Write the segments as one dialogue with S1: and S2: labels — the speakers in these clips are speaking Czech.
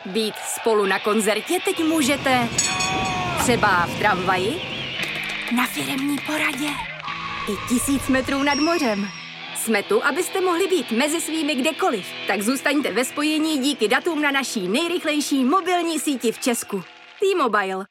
S1: Být spolu na koncertě teď můžete třeba v tramvaji, na firemní poradě i 1000 metrů nad mořem. Jsme tu, abyste mohli být mezi svými kdekoliv. Tak zůstaňte ve spojení díky datům na naší nejrychlejší mobilní síti v Česku. T-Mobile.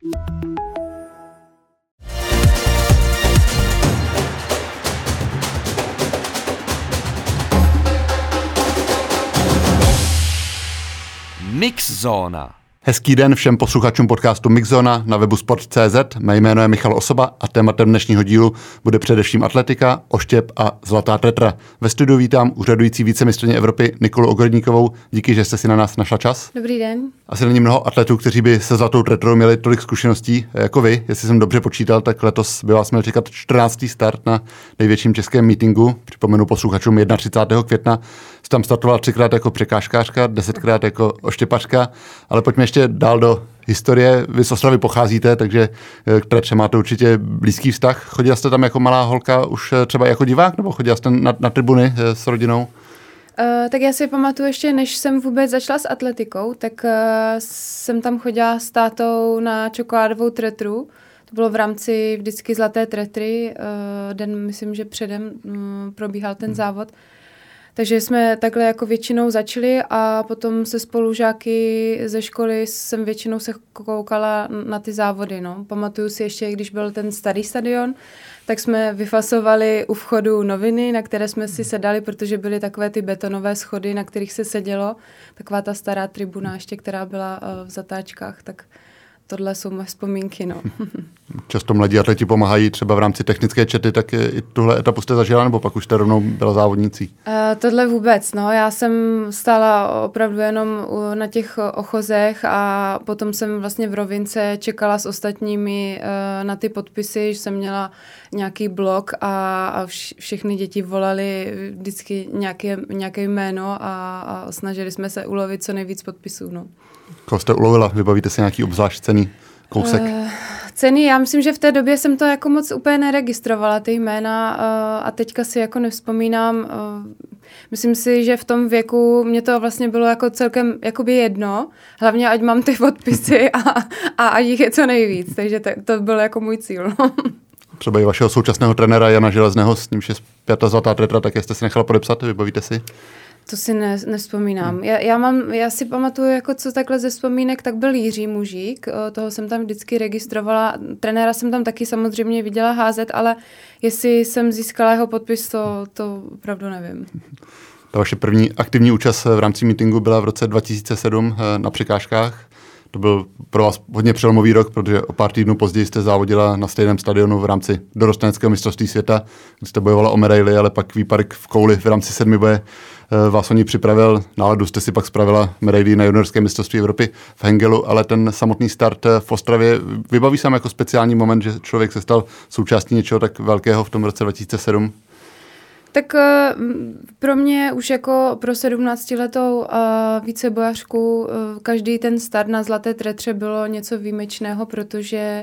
S2: Mixzóna.
S3: Hezký den všem posluchačům podcastu Mixzóna na webu sport.cz. Mé jméno je Michal Osoba a tématem dnešního dílu bude především atletika, oštěp a zlatá tetra. Ve studiu vítám úřadující vícemistryni Evropy Nikolu Ogrodníkovou. Díky, že jste si na nás našla čas.
S4: Dobrý den.
S3: Asi není mnoho atletů, kteří by se zlatou tetrou měli tolik zkušeností jako vy. Jestli jsem dobře počítal, tak letos by vás měl čekat 14. start na největším českém meetingu. Připomenu posluchačům 31. května. Jste tam startovala 3krát jako překážkářka, 10krát jako oštěpařka, ale pojďme ještě dál do historie. Vy z Ostravy pocházíte, takže k tetře máte určitě blízký vztah. Chodila jste tam jako malá holka už třeba jako divák, nebo chodila jste na tribuny s rodinou?
S4: Tak já si pamatuju ještě, než jsem vůbec začala s atletikou, tak jsem tam chodila s tátou na čokoládovou tretru. To bylo v rámci vždycky zlaté tretry. Den, myslím, že předem probíhal ten závod. Takže jsme takhle jako většinou začali a potom se spolužáky ze školy jsem většinou se koukala na ty závody. No. Pamatuju si ještě, když byl ten starý stadion, tak jsme vyfasovali u vchodu noviny, na které jsme si sedali, protože byly takové ty betonové schody, na kterých se sedělo. Taková ta stará tribuna ještě, která byla v zatáčkách, tak tohle jsou moje vzpomínky, no.
S3: Často mladí atleti pomáhají třeba v rámci technické čety, tak i tuhle etapu jste zažila, nebo pak už jste rovnou byla závodnicí?
S4: Tohle vůbec, no. Já jsem stála opravdu jenom na těch ochozech a potom jsem vlastně v rovince čekala s ostatními na ty podpisy, že jsem měla nějaký blok a všechny děti volali vždycky nějaké jméno a snažili jsme se ulovit co nejvíc podpisů, no.
S3: Koho jste ulovila? Vybavíte si nějaký obzvlášť cenný kousek?
S4: Ceny, já myslím, že v té době jsem to jako moc úplně neregistrovala, ty jména, a teďka si jako nevzpomínám. Myslím si, že v tom věku mě to vlastně bylo jako celkem jakoby jedno, hlavně ať mám ty podpisy a ať jich je co nejvíc, takže to byl jako můj cíl.
S3: Třeba i vašeho současného trenéra Jana Železného, s nímž je zpěta zlatá tetra, tak jste si nechala podepsat, vybavíte si?
S4: To si nevzpomínám. Já si pamatuju, jako co takhle ze vzpomínek, tak byl Jiří Mužík, toho jsem tam vždycky registrovala. Trenéra jsem tam taky samozřejmě viděla házet, ale jestli jsem získala jeho podpis, to opravdu nevím.
S3: Ta vaše první aktivní účast v rámci meetingu byla v roce 2007 na překážkách. To byl pro vás hodně přelomový rok, protože o pár týdnů později jste závodila na stejném stadionu v rámci dorosteneckého mistrovství světa, kdy jste bojovala o medaili, ale pak výpadek v kouli v rámci 7 boje vás o ní připravil. Náladu jste si pak spravila medaili na juniorské mistrovství Evropy v Hengelu, ale ten samotný start v Ostravě vybaví se jako speciální moment, že člověk se stal součástí něčeho tak velkého v tom roce 2007.
S4: Tak pro mě už jako pro 17letou vícebojařku každý ten start na zlaté tretře bylo něco výjimečného, protože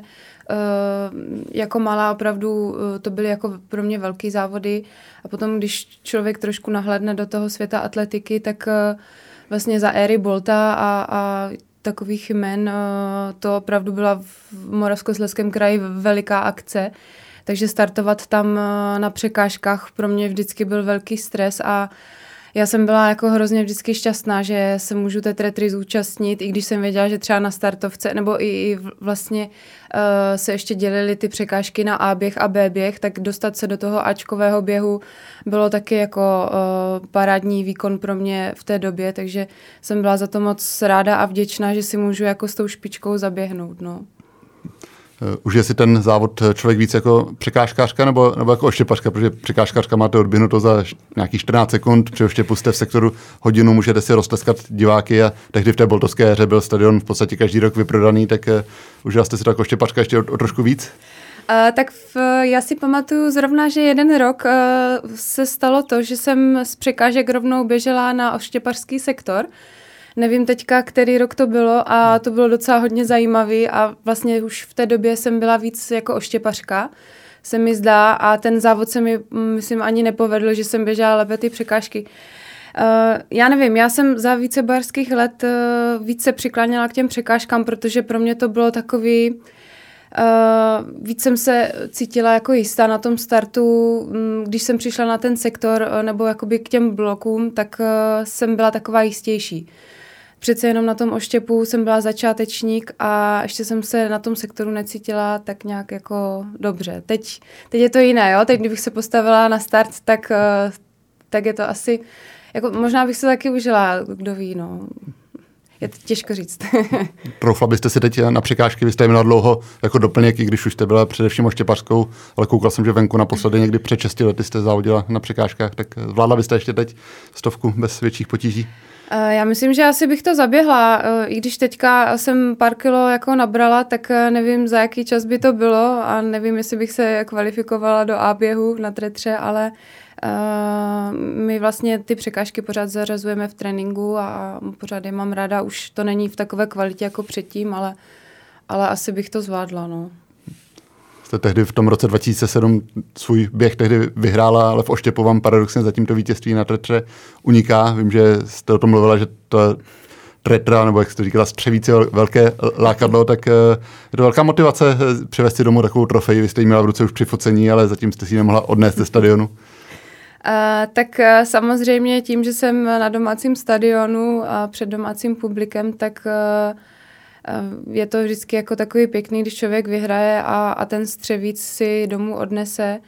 S4: jako malá opravdu to byly jako pro mě velký závody a potom, když člověk trošku nahlédne do toho světa atletiky, tak vlastně za éry Bolta a takových jmen to opravdu byla v Moravskoslezském kraji veliká akce. Takže startovat tam na překážkách pro mě vždycky byl velký stres a já jsem byla jako hrozně vždycky šťastná, že se můžu té tretry zúčastnit, i když jsem věděla, že třeba na startovce, nebo i vlastně se ještě dělily ty překážky na A běh a B běh, tak dostat se do toho Ačkového běhu bylo taky jako parádní výkon pro mě v té době, takže jsem byla za to moc ráda a vděčná, že si můžu jako s tou špičkou zaběhnout, no.
S3: Užije si ten závod člověk víc jako překážkářka nebo jako oštěpařka, protože překážkářka máte odběhnuto za nějakých 14 sekund, při oštěpu jste v sektoru hodinu, můžete si roztleskat diváky a tehdy v té boltovské éře byl stadion v podstatě každý rok vyprodaný, tak užila jste si to jako oštěpařka ještě o trošku víc?
S4: Já si pamatuju zrovna, že jeden rok se stalo to, že jsem z překážek rovnou běžela na oštěpařský sektor. Nevím teďka, který rok to bylo a to bylo docela hodně zajímavý a vlastně už v té době jsem byla víc jako oštěpařka, se mi zdá, a ten závod se mi, myslím, ani nepovedl, že jsem běžela lépe ty překážky. Já nevím, já jsem za více bojárských let více přikláněla k těm překážkám, protože pro mě to bylo takový, víc jsem se cítila jako jistá na tom startu, když jsem přišla na ten sektor nebo jakoby k těm blokům, tak jsem byla taková jistější. Přece jenom na tom oštěpu jsem byla začátečník a ještě jsem se na tom sektoru necítila tak nějak jako dobře. Teď je to jiné, jo? Teď kdybych se postavila na start, tak je to asi, jako možná bych se taky užila, kdo ví, no. Je to těžko říct.
S3: Troufla byste si teď na překážky, vy jste měla dlouho jako doplněk, i když už jste byla především oštěpařskou, ale koukal jsem, že venku naposledy někdy před 6 lety jste závodila na překážkách, tak zvládla byste ještě teď 100 bez větších potíží?
S4: Já myslím, že asi bych to zaběhla, i když teďka jsem pár kilo jako nabrala, tak nevím, za jaký čas by to bylo a nevím, jestli bych se kvalifikovala do A běhu na tretře, ale my vlastně ty překážky pořád zařazujeme v tréninku a pořád je mám ráda, už to není v takové kvalitě jako předtím, ale asi bych to zvládla, no.
S3: Jste tehdy v tom roce 2007 svůj běh tehdy vyhrála, ale v oštěpu vám paradoxně zatím to vítězství na tretře uniká. Vím, že jste o tom mluvila, že to tretra, nebo jak jste říkala, střevící velké lákadlo, tak je to velká motivace přivést si domů takovou trofej. Vy jste ji měla v ruce už při focení, ale zatím jste si ji nemohla odnést ze stadionu.
S4: Tak samozřejmě tím, že jsem na domácím stadionu a před domácím publikem, tak je to vždycky jako takový pěkný, když člověk vyhraje a ten střevíc si domů odnese.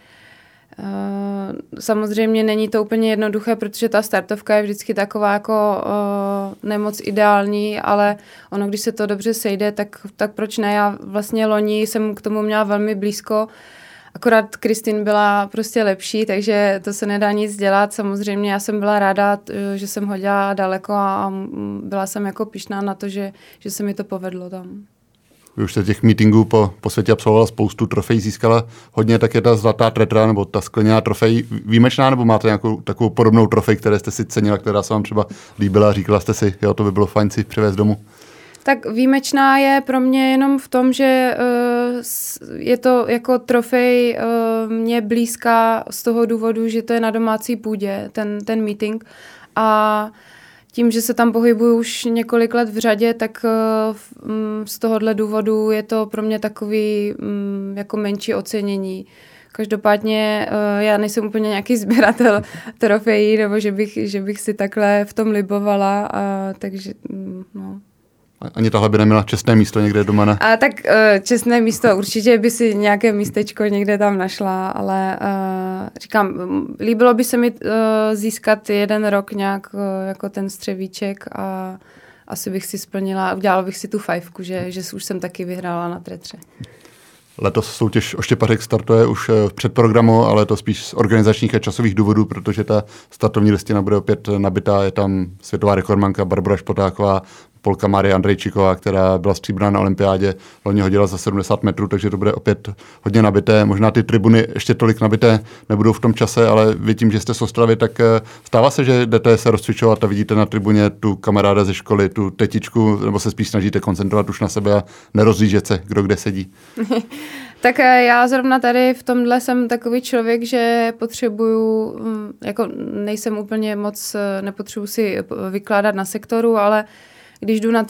S4: Samozřejmě není to úplně jednoduché, protože ta startovka je vždycky taková jako nemoc ideální, ale ono, když se to dobře sejde, tak proč ne? Já vlastně loni jsem k tomu měla velmi blízko, akorát Kristin byla prostě lepší, takže to se nedá nic dělat. Samozřejmě já jsem byla ráda, že jsem hodila daleko a byla jsem jako pyšná na to, že se mi to povedlo tam.
S3: Vy už jste těch meetingů po světě absolvovala spoustu, trofejí získala hodně, tak je ta zlatá tretra nebo ta skleněná trofej výjimečná, nebo máte nějakou takovou podobnou trofej, které jste si cenila, která se vám třeba líbila a říkala jste si, jo, to by bylo fajn si přivést domů?
S4: Tak výjimečná je pro mě jenom v tom, že je to jako trofej mě blízká z toho důvodu, že to je na domácí půdě, ten meeting. A tím, že se tam pohybuju už několik let v řadě, tak z tohohle důvodu je to pro mě takový jako menší ocenění. Každopádně já nejsem úplně nějaký sběratel trofejí, nebo že bych si takhle v tom libovala, takže no.
S3: Ani tahle by neměla čestné místo někde doma, ne?
S4: Tak čestné místo, určitě by si nějaké místečko někde tam našla, ale říkám, líbilo by se mi získat jeden rok nějak jako ten střevíček a asi bych si splnila, udělala bych si tu 5, že už jsem taky vyhrála na tretře.
S3: Letos soutěž oštěpařek startuje už v předprogramu, ale to spíš z organizačních a časových důvodů, protože ta startovní listina bude opět nabitá. Je tam světová rekordmanka Barbora Špotáková, Polka Mária Andrejčíková, která byla stříbrná na olympiádě, loni hodila za 70 metrů, takže to bude opět hodně nabité. Možná ty tribuny ještě tolik nabité nebudou v tom čase, ale vy tím, že jste z Ostravy, tak stává se, že jdete se rozcvičovat a vidíte na tribuně tu kamaráda ze školy, tu tetičku, nebo se spíš snažíte koncentrovat už na sebe a nerozlížet se, kdo kde sedí?
S4: Tak já zrovna tady v tomhle jsem takový člověk, že potřebuju, jako nejsem úplně moc, nepotřebuji si vykládat na sektoru, ale když jdu na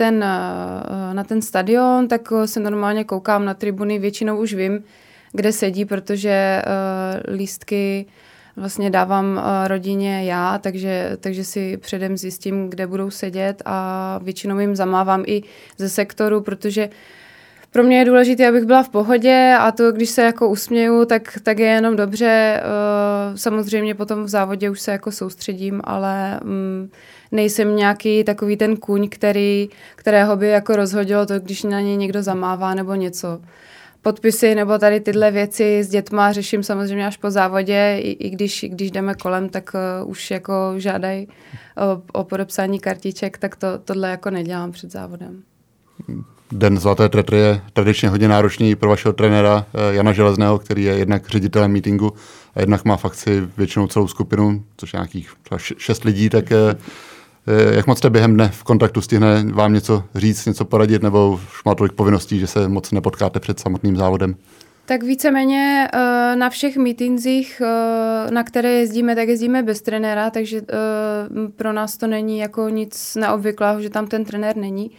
S4: ten stadion, tak se normálně koukám na tribuny, většinou už vím, kde sedí, protože lístky vlastně dávám rodině já, takže si předem zjistím, kde budou sedět a většinou jim zamávám i ze sektoru, protože pro mě je důležité, abych byla v pohodě a to, když se jako usměju, tak je jenom dobře. Samozřejmě potom v závodě už se jako soustředím, ale nejsem nějaký takový ten kůň, kterého by jako rozhodilo to, když na něj někdo zamává nebo něco. Podpisy nebo tady tyhle věci s dětma řeším samozřejmě až po závodě, i když jdeme kolem, tak už jako žádají o podepsání kartiček, tak tohle jako nedělám před závodem.
S3: Den zlaté tretry je tradičně hodně náročný pro vašeho trenéra Jana Železného, který je jednak ředitelem meetingu a jednak má v akci většinou celou skupinu, což je nějakých 6 lidí, tak jak moc jste během dne v kontaktu, stihne vám něco říct, něco poradit, nebo už má tolik povinností, že se moc nepotkáte před samotným závodem?
S4: Tak víceméně na všech meetingsích, na které jezdíme, tak jezdíme bez trenéra, takže pro nás to není jako nic neobvyklého, že tam ten trenér není.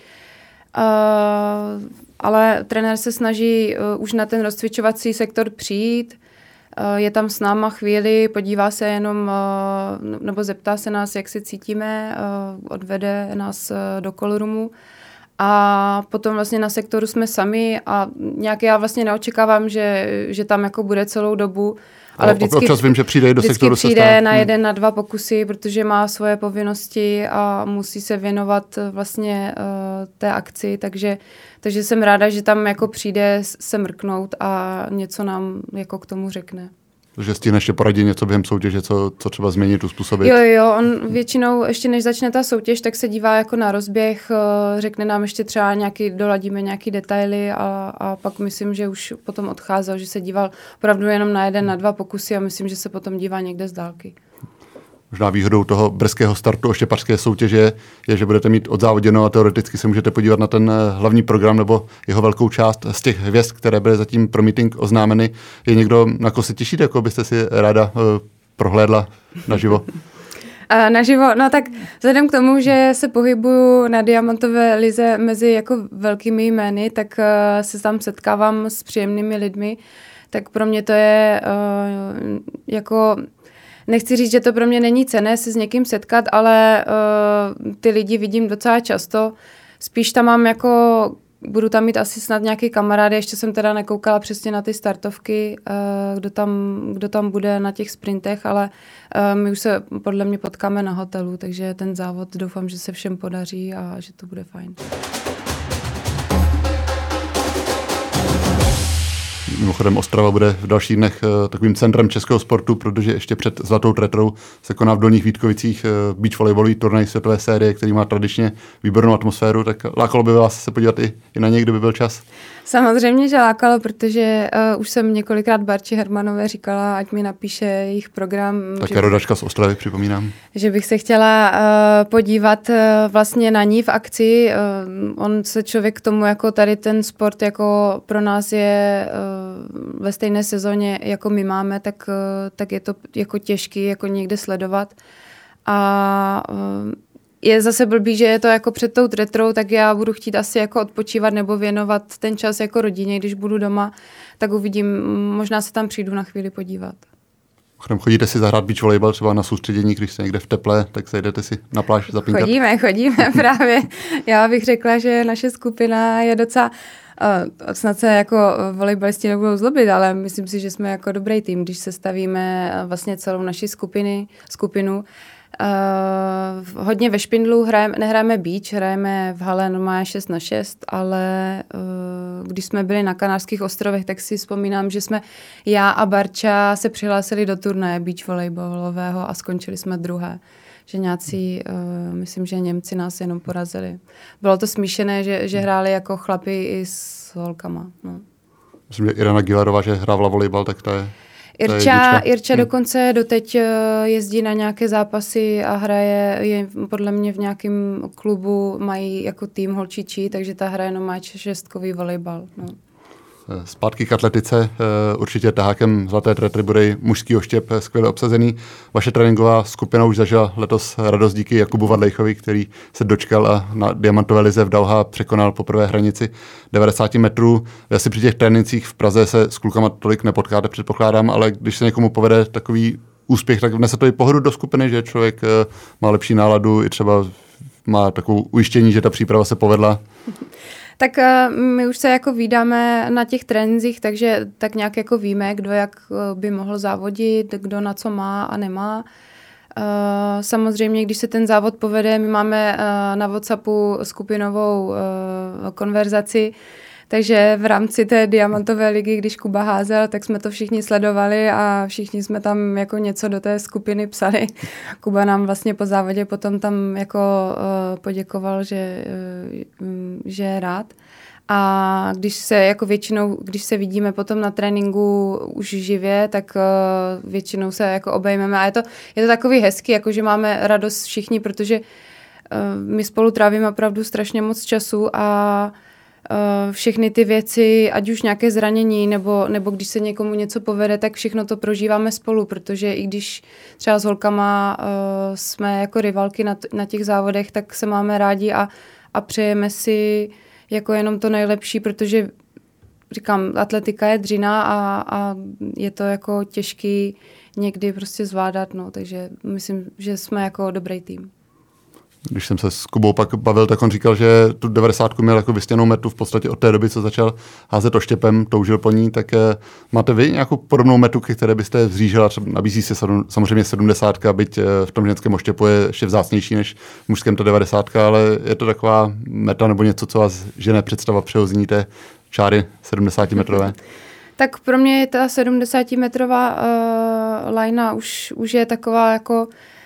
S4: Ale trenér se snaží už na ten rozcvičovací sektor přijít, je tam s náma chvíli, podívá se jenom, nebo zeptá se nás, jak se cítíme, odvede nás do callroomu. A potom vlastně na sektoru jsme sami a nějak já vlastně neočekávám, že tam jako bude celou dobu. Ale
S3: občas vím, že přijde do sektoru.
S4: Přijde na 1, na 2 pokusy, protože má svoje povinnosti a musí se věnovat vlastně té akci, takže jsem ráda, že tam jako přijde se mrknout a něco nám jako k tomu řekne.
S3: Že stihne ještě poradit něco během soutěže, co třeba změnit, uspůsobit.
S4: Jo, on většinou ještě než začne ta soutěž, tak se dívá jako na rozběh, řekne nám ještě třeba doladíme nějaký detaily a pak myslím, že už potom odcházel, že se díval opravdu jenom na 1, na 2 pokusy a myslím, že se potom dívá někde z dálky.
S3: Možná výhodou toho brzkého startu štěpařské soutěže je, že budete mít odzávoděno a teoreticky se můžete podívat na ten hlavní program nebo jeho velkou část z těch hvězd, které byly zatím pro meeting oznámeny. Je někdo, na koho se těšíte, jako byste si ráda prohlédla naživo?
S4: Naživo, no tak vzhledem k tomu, že se pohybuju na diamantové lize mezi jako velkými jmény, tak se tam setkávám s příjemnými lidmi, tak pro mě to je jako... Nechci říct, že to pro mě není cenné se s někým setkat, ale ty lidi vidím docela často. Spíš tam mám jako, budu tam mít asi snad nějaký kamarády, ještě jsem teda nekoukala přesně na ty startovky, kdo tam bude na těch sprintech, ale my už se podle mě potkáme na hotelu, takže ten závod doufám, že se všem podaří a že to bude fajn.
S3: Mimochodem Ostrava bude v dalších dnech takovým centrem českého sportu, protože ještě před Zlatou tretrou se koná v Dolních Vítkovicích beach volejbalový turnaj světové série, který má tradičně výbornou atmosféru, tak lákalo by vás se podívat i na něj, kdyby byl čas?
S4: Samozřejmě, že lákalo, protože už jsem několikrát Barči Hermanové říkala, ať mi napíše jejich program.
S3: Také rodačka z Ostravy, připomínám.
S4: Že bych se chtěla podívat vlastně na ní v akci. On se člověk k tomu, jako tady ten sport jako pro nás je ve stejné sezóně, jako my máme, tak je to jako těžký jako někde sledovat. A je zase blbý, že je to jako před tou tretrou, tak já budu chtít asi jako odpočívat nebo věnovat ten čas jako rodině, když budu doma, tak uvidím, možná se tam přijdu na chvíli podívat.
S3: Chodíte si zahrát beach volejbal třeba na soustředění, když jste někde v teple, tak zajdete si na pláž zapínkat?
S4: Chodíme právě. Já bych řekla, že naše skupina je docela, snad se jako volejbalisti nebudou zlobit, ale myslím si, že jsme jako dobrý tým, když se stavíme vlastně celou naši skupinu. Hodně ve Špindlu nehráme beach, hrajeme v hale normálně 6x6, ale když jsme byli na Kanárských ostrovech, tak si vzpomínám, že jsme já a Barča se přihlásili do turnaje beach volejbalového a skončili jsme druhé. Že nějací, myslím, že Němci nás jenom porazili. Bylo to smíšené, že hráli jako chlapi i s holkama. No.
S3: Myslím, že Irena Gilarová, že hrávala volejbal, tak ta je...
S4: Irča dokonce doteď jezdí na nějaké zápasy a je podle mě v nějakém klubu, mají jako tým holčičí, takže ta hraje jenom má šestkový volejbal. No.
S3: Zpátky k atletice, určitě tahákem Zlaté tretry bude mužský oštěp skvěle obsazený. Vaše tréninková skupina už zažila letos radost díky Jakubu Vadlejchovi, který se dočkal a na diamantové lize v Dauha překonal poprvé hranici 90 metrů. Vy asi při těch trénincích v Praze se s klukama tolik nepotkáte, předpokládám, ale když se někomu povede takový úspěch, tak vnese to i pohodu do skupiny, že člověk má lepší náladu, i třeba má takovou ujištění, že ta příprava se povedla.
S4: Tak my už se jako vídáme na těch trénincích, takže tak nějak jako víme, kdo jak by mohl závodit, kdo na co má a nemá. Samozřejmě, když se ten závod povede, my máme na WhatsAppu skupinovou konverzaci, takže v rámci té diamantové ligy, když Kuba házel, tak jsme to všichni sledovali a všichni jsme tam jako něco do té skupiny psali. Kuba nám vlastně po závodě potom tam jako poděkoval, že je rád. A když se jako většinou, když se vidíme potom na tréninku už živě, tak většinou se jako obejmeme a je to takový hezký, jako že máme radost všichni, protože my spolu trávíme opravdu strašně moc času a všechny ty věci, ať už nějaké zranění, nebo když se někomu něco povede, tak všechno to prožíváme spolu, protože i když třeba s holkama jsme jako rivalky na těch závodech, tak se máme rádi a přejeme si jako jenom to nejlepší, protože říkám, atletika je dřina a je to jako těžký někdy prostě zvládat, no, takže myslím, že jsme jako dobrý tým.
S3: Když jsem se s Kubou pak bavil, tak on říkal, že tu 90 měl jako vystěnou metu v podstatě od té doby, co začal házet oštěpem, toužil po ní, tak máte vy nějakou podobnou metu, které byste vzřížela, třeba nabízí se samozřejmě 70, byť v tom ženském oštěpu je ještě vzácnější než v mužském ta 90, ale je to taková meta nebo něco, co vás žene představa přehození té čáry 70-metrové?
S4: Tak pro mě ta 70-metrová lajna už je taková jako...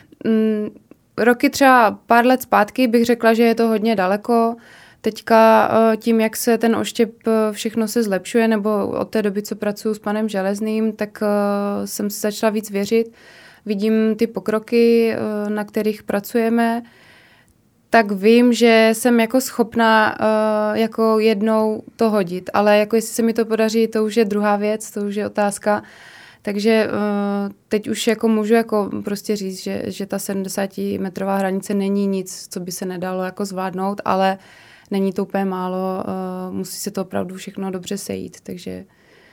S4: roky třeba pár let zpátky bych řekla, že je to hodně daleko. Teďka tím, jak se ten oštěp všechno se zlepšuje, nebo od té doby, co pracuji s panem Železným, tak jsem si začala víc věřit. Vidím ty pokroky, na kterých pracujeme, tak vím, že jsem jako schopná jako jednou to hodit. Ale jako jestli se mi to podaří, to už je druhá věc, to už je otázka. Takže teď už jako můžu jako prostě říct, že ta 70-metrová hranice není nic, co by se nedalo jako zvládnout, ale není to úplně málo, musí se to opravdu všechno dobře sejít, takže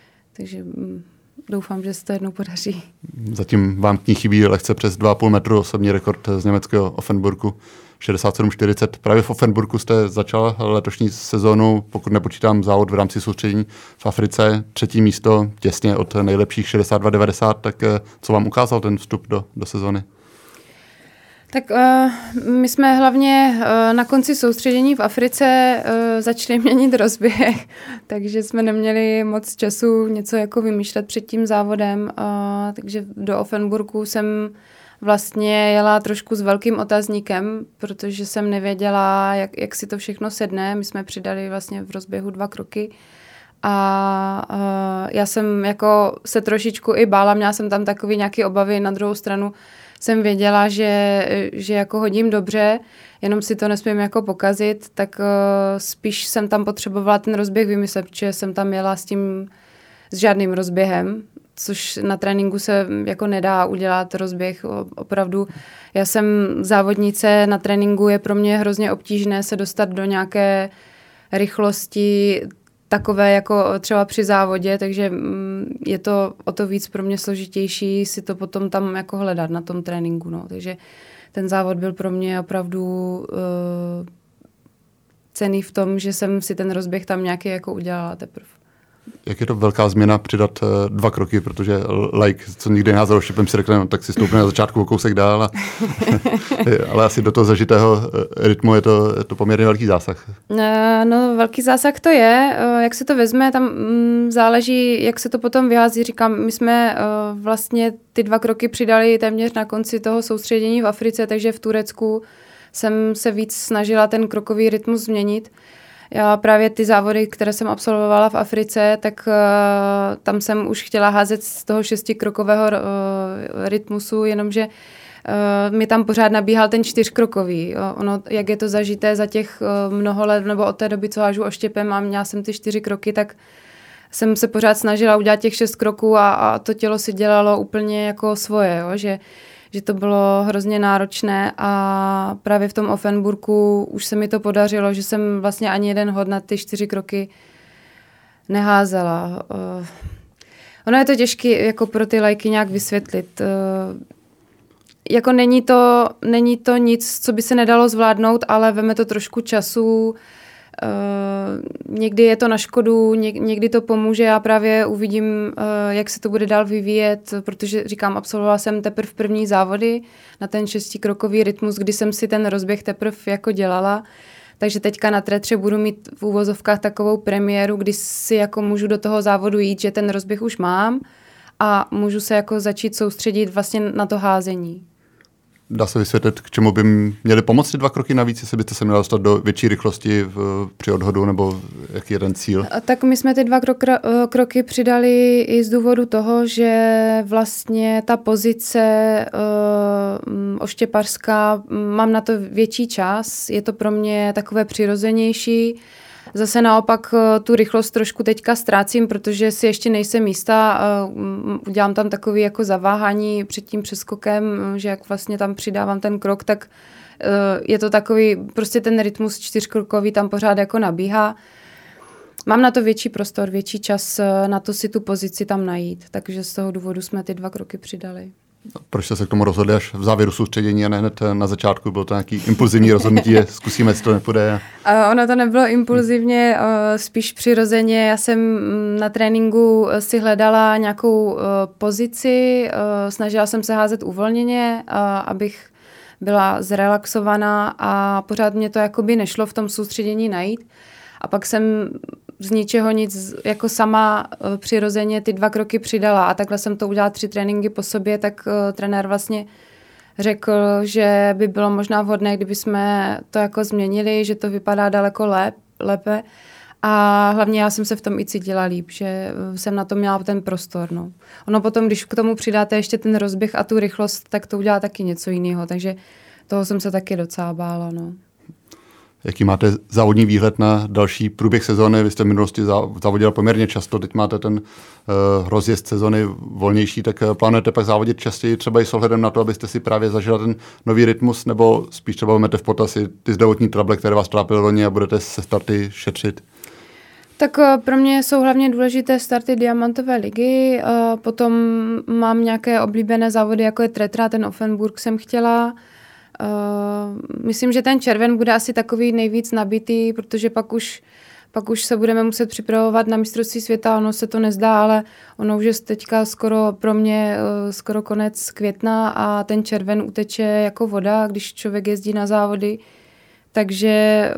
S4: doufám, že se to jednou podaří.
S3: Zatím vám k ní chybí lehce přes 2,5 metru, osobní rekord z německého Offenburgu 67,40. Právě v Offenburgu jste začala letošní sezónu, pokud nepočítám závod v rámci soustředění v Africe, 3. místo, těsně od nejlepších 62,90. Tak co vám ukázal ten vstup do sezóny?
S4: Tak my jsme hlavně na konci soustředění v Africe začali měnit rozběh, takže jsme neměli moc času něco jako vymýšlet před tím závodem, takže do Offenburgu jsem vlastně jela trošku s velkým otazníkem, protože jsem nevěděla, jak si to všechno sedne. My jsme přidali vlastně v rozběhu 2 kroky a já jsem jako se trošičku i bála, měla jsem tam takový nějaký obavy, na druhou stranu jsem věděla, že jako hodím dobře, jenom si to nesmím jako pokazit, tak spíš jsem tam potřebovala ten rozběh vymyslet, protože jsem tam jela s žádným rozběhem, což na tréninku se jako nedá udělat rozběh. Opravdu, já jsem závodnice, na tréninku je pro mě hrozně obtížné se dostat do nějaké rychlosti takové jako třeba při závodě, takže je to o to víc pro mě složitější si to potom tam jako hledat na tom tréninku. No. Takže ten závod byl pro mě opravdu cenný v tom, že jsem si ten rozběh tam nějaký jako udělala teprve.
S3: Jak je to velká změna přidat 2 kroky, protože co nikdy neházel oštěpem, si řekne, no, tak si stoupne na začátku o kousek dál, ale asi do toho zažitého rytmu je to poměrně velký zásah.
S4: No, velký zásah to je, jak se to vezme, tam záleží, jak se to potom vyhází. Říkám, my jsme vlastně ty 2 kroky přidali téměř na konci toho soustředění v Africe, takže v Turecku jsem se víc snažila ten krokový rytmus změnit. Já právě ty závody, které jsem absolvovala v Africe, tak tam jsem už chtěla házet z toho 6krokového rytmusu, jenomže mi tam pořád nabíhal ten 4krokový. Ono, jak je to zažité za těch mnoho let, nebo od té doby, co hážu oštěpem a měla jsem ty 4 kroky, tak jsem se pořád snažila udělat těch 6 kroků a to tělo si dělalo úplně jako svoje, jo? Že to bylo hrozně náročné a právě v tom Offenburgu už se mi to podařilo, že jsem vlastně ani jeden hod na ty 4 kroky neházela. Ono je to těžké jako pro ty lajky nějak vysvětlit. Jako není to nic, co by se nedalo zvládnout, ale veme to trošku času. Někdy je to na škodu, někdy to pomůže. Já právě uvidím, jak se to bude dál vyvíjet, protože říkám, absolvovala jsem teprve první závody na ten 6krokový rytmus, kdy jsem si ten rozběh teprve jako dělala. Takže teďka na tretře budu mít v úvozovkách takovou premiéru, kdy si jako můžu do toho závodu jít, že ten rozběh už mám a můžu se jako začít soustředit vlastně na to házení.
S3: Dá se vysvětlit, k čemu by měly pomoct ty 2 kroky navíc, jestli byste se měla dostat do větší rychlosti při odhodu, nebo jaký je ten cíl? Tak
S4: my jsme ty 2 kroky přidali i z důvodu toho, že vlastně ta pozice oštěpařská, mám na to větší čas, je to pro mě takové přirozenější Zase naopak tu rychlost trošku teďka ztrácím, protože si ještě nejsem jistá. Udělám tam takový jako zaváhání před tím přeskokem, že jak vlastně tam přidávám ten krok, tak je to takový, prostě ten rytmus 4krokový tam pořád jako nabíhá. Mám na to větší prostor, větší čas na to si tu pozici tam najít, takže z toho důvodu jsme ty 2 kroky přidali.
S3: Proč jste se k tomu rozhodli až v závěru soustředění a ne hned na začátku? Bylo to nějaký impulzivní rozhodnutí, že zkusíme, jestli to nepůjde?
S4: Ono to nebylo impulzivně, spíš přirozeně. Já jsem na tréninku si hledala nějakou pozici, snažila jsem se házet uvolněně, abych byla zrelaxovaná a pořád mě to jakoby nešlo v tom soustředění najít. A pak jsem z ničeho nic jako sama přirozeně ty 2 kroky přidala a takhle jsem to udělala 3 tréninky po sobě, tak trenér vlastně řekl, že by bylo možná vhodné, kdyby jsme to jako změnili, že to vypadá daleko lépe a hlavně já jsem se v tom i cítila líp, že jsem na to měla ten prostor. No. Ono potom, když k tomu přidáte ještě ten rozběh a tu rychlost, tak to udělá taky něco jiného, takže toho jsem se taky docela bála. No.
S3: Jaký máte závodní výhled na další průběh sezóny? Vy jste v minulosti závodil poměrně často, teď máte ten rozjezd sezóny volnější, tak plánujete pak závodit častěji, třeba i s ohledem na to, abyste si právě zažila ten nový rytmus, nebo spíš třeba vezmete v potaz ty zdravotní trable, které vás trápily loni a budete se starty šetřit?
S4: Tak pro mě jsou hlavně důležité starty diamantové ligy, potom mám nějaké oblíbené závody, jako je Tretra, ten Offenburg jsem chtěla. Myslím, že ten červen bude asi takový nejvíc nabitý, protože pak už se budeme muset připravovat na mistrovství světa, ono se to nezdá, ale ono už je teďka skoro pro mě skoro konec května a ten červen uteče jako voda, když člověk jezdí na závody, takže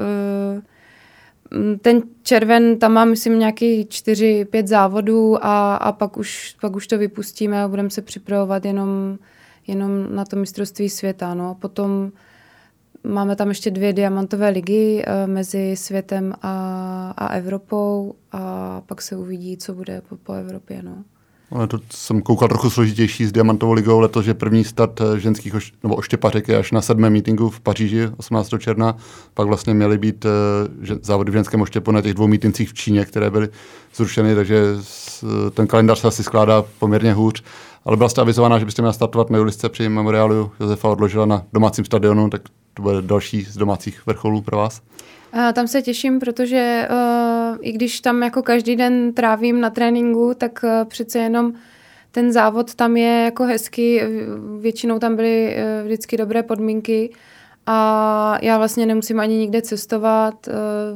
S4: ten červen, tam mám, myslím, nějaký 4-5 závodů a pak už to vypustíme a budeme se připravovat jenom na to mistrovství světa. No. Potom máme tam ještě 2 diamantové ligy mezi světem a Evropou a pak se uvidí, co bude po Evropě. No.
S3: Ale to jsem koukal trochu složitější s diamantovou ligou letos, že první start ženských nebo oštěpařek je až na 7. meetingu v Paříži 18. června. Pak vlastně měly být závody v ženském oštěpu na těch 2 mítincích v Číně, které byly zrušeny, takže ten kalendář se asi skládá poměrně hůř. Ale byla jste avizovaná, že byste měla startovat na Julisce při memoriálu. Josefa odložila na domácím stadionu, tak to bude další z domácích vrcholů pro vás.
S4: Tam se těším, protože i když tam jako každý den trávím na tréninku, tak přece jenom ten závod tam je jako hezký. Většinou tam byly vždycky dobré podmínky a já vlastně nemusím ani nikde cestovat.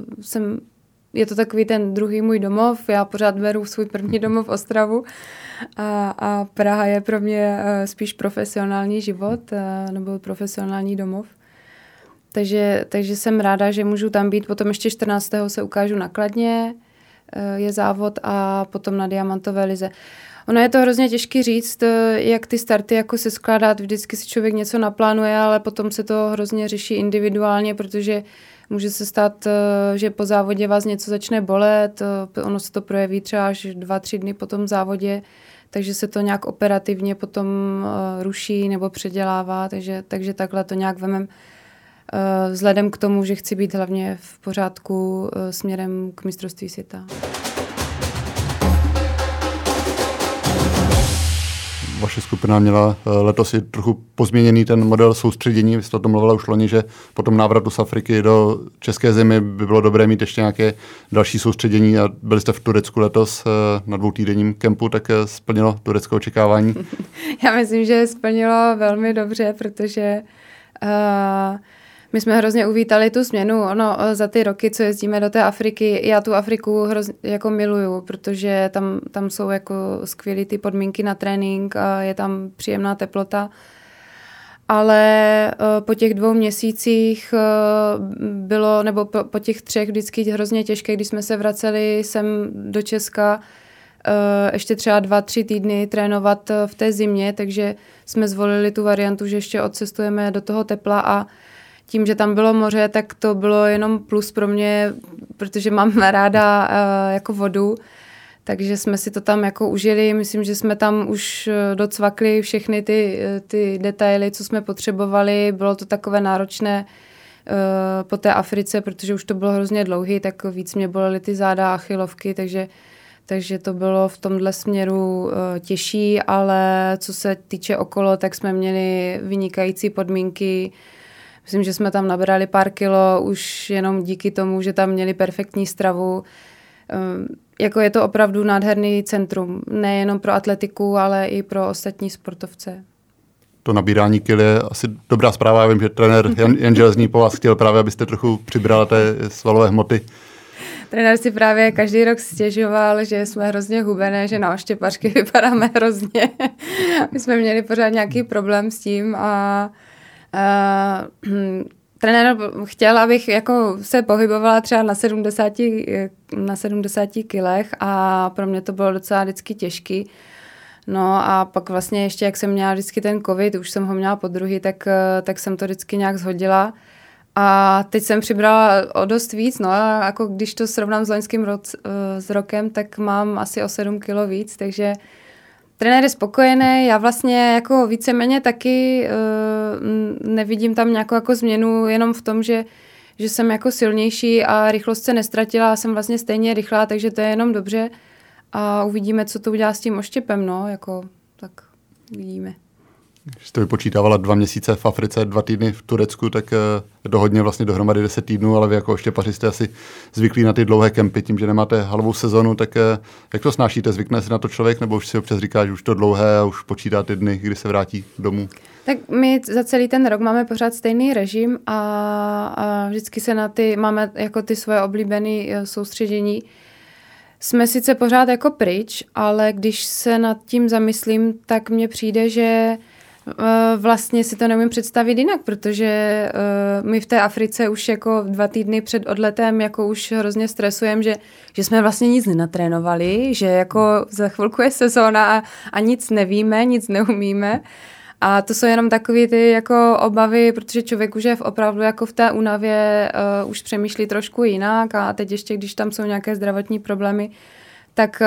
S4: Je to takový ten druhý můj domov. Já pořád beru svůj první domov Ostravu a Praha je pro mě spíš profesionální život nebo profesionální domov. Takže jsem ráda, že můžu tam být. Potom ještě 14. se ukážu na Kladně, je závod a potom na diamantové lize. Ono je to hrozně těžký říct, jak ty starty jako se skládat. Vždycky si člověk něco naplánuje, ale potom se to hrozně řeší individuálně, protože může se stát, že po závodě vás něco začne bolet, ono se to projeví třeba až 2-3 dny po tom závodě, takže se to nějak operativně potom ruší nebo předělává, takže takhle to nějak vemem. Vzhledem k tomu, že chci být hlavně v pořádku směrem k mistrovství světa.
S3: Vaše skupina měla letos i trochu pozměněný ten model soustředění. Vy jste o tom mluvila už loni, že po tom návratu z Afriky do české země by bylo dobré mít ještě nějaké další soustředění a byli jste v Turecku letos na 2týdenním kempu, tak splnilo turecké očekávání?
S4: Já myslím, že splnilo velmi dobře, protože my jsme hrozně uvítali tu změnu. Ono za ty roky, co jezdíme do té Afriky, já tu Afriku hrozně jako miluju, protože tam jsou jako skvělé ty podmínky na trénink a je tam příjemná teplota. Ale po těch 2 měsících bylo, nebo po těch 3 vždycky hrozně těžké, když jsme se vraceli sem do Česka, ještě třeba 2-3 týdny trénovat v té zimě, takže jsme zvolili tu variantu, že ještě odcestujeme do toho tepla a tím, že tam bylo moře, tak to bylo jenom plus pro mě, protože mám ráda jako vodu, takže jsme si to tam jako užili. Myslím, že jsme tam už docvakli všechny ty detaily, co jsme potřebovali. Bylo to takové náročné po té Africe, protože už to bylo hrozně dlouhý, tak víc mě bolely ty záda a achilovky, takže to bylo v tomhle směru těžší, ale co se týče okolo, tak jsme měli vynikající podmínky. Myslím, že jsme tam nabrali pár kilo už jenom díky tomu, že tam měli perfektní stravu. Jako je to opravdu nádherný centrum, nejenom pro atletiku, ale i pro ostatní sportovce.
S3: To nabírání kil je asi dobrá zpráva. Já vím, že trenér Jan Železný po vás chtěl právě, abyste trochu přibrala té svalové hmoty.
S4: Trenér si právě každý rok stěžoval, že jsme hrozně hubené, že na oštěpařky vypadáme hrozně. My jsme měli pořád nějaký problém s tím a trenér chtěl, abych jako se pohybovala třeba na 70 kilech a pro mě to bylo docela vždycky těžký. No a pak vlastně ještě, jak jsem měla vždycky ten covid, už jsem ho měla podruhý, tak jsem to vždycky nějak shodila. A teď jsem přibrala o dost víc, no a jako když to srovnám s loňským rokem, tak mám asi o 7 kilo víc, takže trenér je spokojený, já vlastně jako víceméně taky nevidím tam nějakou jako změnu jenom v tom, že jsem jako silnější a rychlost se nestratila a jsem vlastně stejně rychlá, takže to je jenom dobře a uvidíme, co to udělá s tím oštěpem, no, jako tak uvidíme.
S3: Když jste vypočítávala 2 měsíce v Africe, 2 týdny v Turecku, tak je to hodně vlastně dohromady 10 týdnů, ale vy jako oštěpaři jste asi zvyklí na ty dlouhé kempy, tím, že nemáte halovou sezonu, tak jak to snášíte? Zvykne se na to člověk, nebo už si občas říká, že už to dlouhé a už počítá ty dny, kdy se vrátí domů?
S4: Tak my za celý ten rok máme pořád stejný režim a vždycky se na ty, máme jako ty svoje oblíbené soustředění. Jsme sice pořád jako pryč, ale když se nad tím zamyslím, tak mně přijde, že vlastně si to neumím představit jinak, protože my v té Africe už jako 2 týdny před odletem jako už hrozně stresujeme, že jsme vlastně nic nenatrénovali, že jako za chvilku je sezóna a nic nevíme, nic neumíme. A to jsou jenom takové ty jako obavy, protože člověk už je opravdu jako v té únavě už přemýšlí trošku jinak a teď ještě, když tam jsou nějaké zdravotní problémy, tak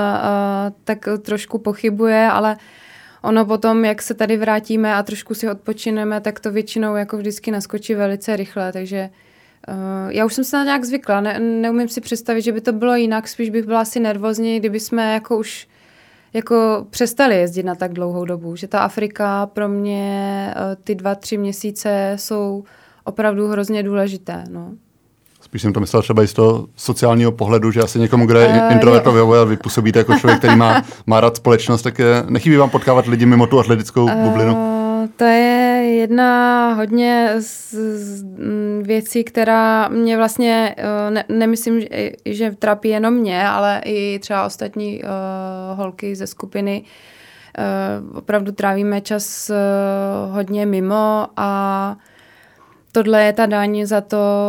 S4: trošku pochybuje, ale ono potom, jak se tady vrátíme a trošku si odpočineme, tak to většinou jako vždycky naskočí velice rychle, takže já už jsem se na nějak zvykla, neumím si představit, že by to bylo jinak, spíš bych byla asi nervózní, kdyby jsme jako už jako přestali jezdit na tak dlouhou dobu, že ta Afrika pro mě ty 2-3 měsíce jsou opravdu hrozně důležité, no.
S3: Spíš jsem to myslel třeba i z toho sociálního pohledu, že asi někomu, kdo je introvertový a vy působíte jako člověk, který má rád společnost, tak nechybí vám potkávat lidi mimo tu atletickou bublinu?
S4: To je jedna hodně z věcí, která mě vlastně, nemyslím, že trápí jenom mě, ale i třeba ostatní holky ze skupiny. Opravdu trávíme čas hodně mimo a tohle je ta daň za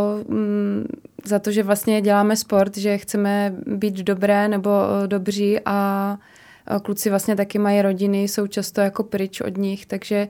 S4: to, že vlastně děláme sport, že chceme být dobré nebo dobří a kluci vlastně taky mají rodiny, jsou často jako pryč od nich, takže